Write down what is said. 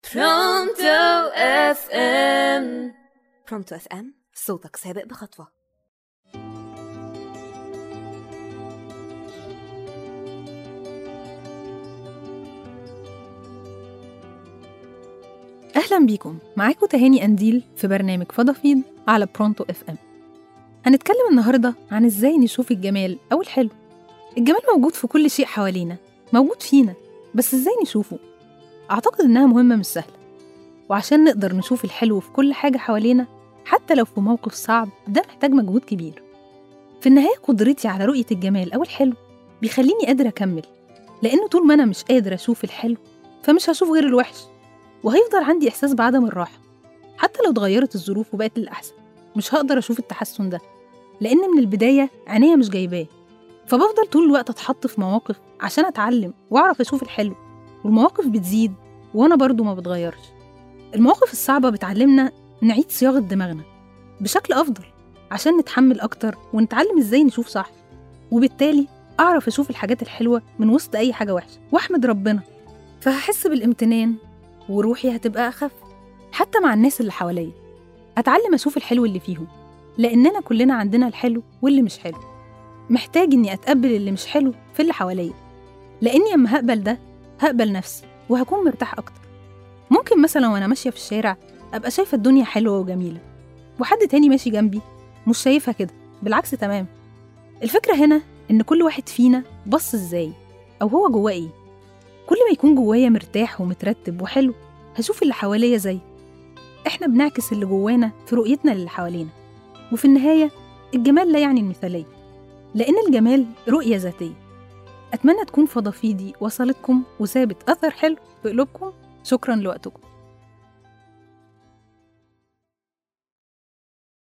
برونتو اف ام. برونتو اف ام، صوتك سابق بخطوة. أهلا بيكم، معاكم تهاني أنديل في برنامج فضفيض على برونتو اف ام. هنتكلم النهاردة عن إزاي نشوف الجمال أو الحلو. الجمال موجود في كل شيء حوالينا، موجود فينا، بس إزاي نشوفه؟ أعتقد إنها مهمة مش سهلة، وعشان نقدر نشوف الحلو في كل حاجة حوالينا حتى لو في موقف صعب، ده محتاج مجهود كبير. في النهاية قدرتي على رؤية الجمال أو الحلو بيخليني قادرة أكمل، لأنه طول ما أنا مش قادرة أشوف الحلو فمش هشوف غير الوحش، وهيفضل عندي إحساس بعدم الراحة. حتى لو اتغيرت الظروف وبقت للأحسن مش هقدر أشوف التحسن ده، لأن من البداية عينيا مش جايباه. فبفضل طول الوقت أتحط في مواقف عشان أتعلم وأعرف أشوف الحلو، والمواقف بتزيد وأنا برضو ما بتغيرش. المواقف الصعبة بتعلمنا نعيد صياغة دماغنا بشكل أفضل عشان نتحمل أكتر ونتعلم إزاي نشوف صح، وبالتالي أعرف أشوف الحاجات الحلوة من وسط أي حاجة وحشة وأحمد ربنا. فهحس بالامتنان وروحي هتبقى أخف. حتى مع الناس اللي حواليا أتعلم أشوف الحلو اللي فيهم، لأننا كلنا عندنا الحلو واللي مش حلو. محتاج إني أتقبل اللي مش حلو في اللي حواليا، لأني أما هقبل ده هقبل نفسي وهكون مرتاح أكتر. ممكن مثلا وأنا ماشية في الشارع أبقى شايفة الدنيا حلوة وجميلة، وحد تاني ماشي جنبي مش شايفها كده، بالعكس تمام. الفكرة هنا إن كل واحد فينا بص إزاي أو هو جواه إيه. كل ما يكون جوايا مرتاح ومترتب وحلو هشوف اللي حواليا زي إحنا بنعكس اللي جوانا في رؤيتنا للي حوالينا. وفي النهاية الجمال لا يعني المثالية، لأن الجمال رؤية ذاتية. أتمنى تكون فضفيضي وصلتكم وسابت أثر حلو في قلوبكم. شكراً لوقتكم.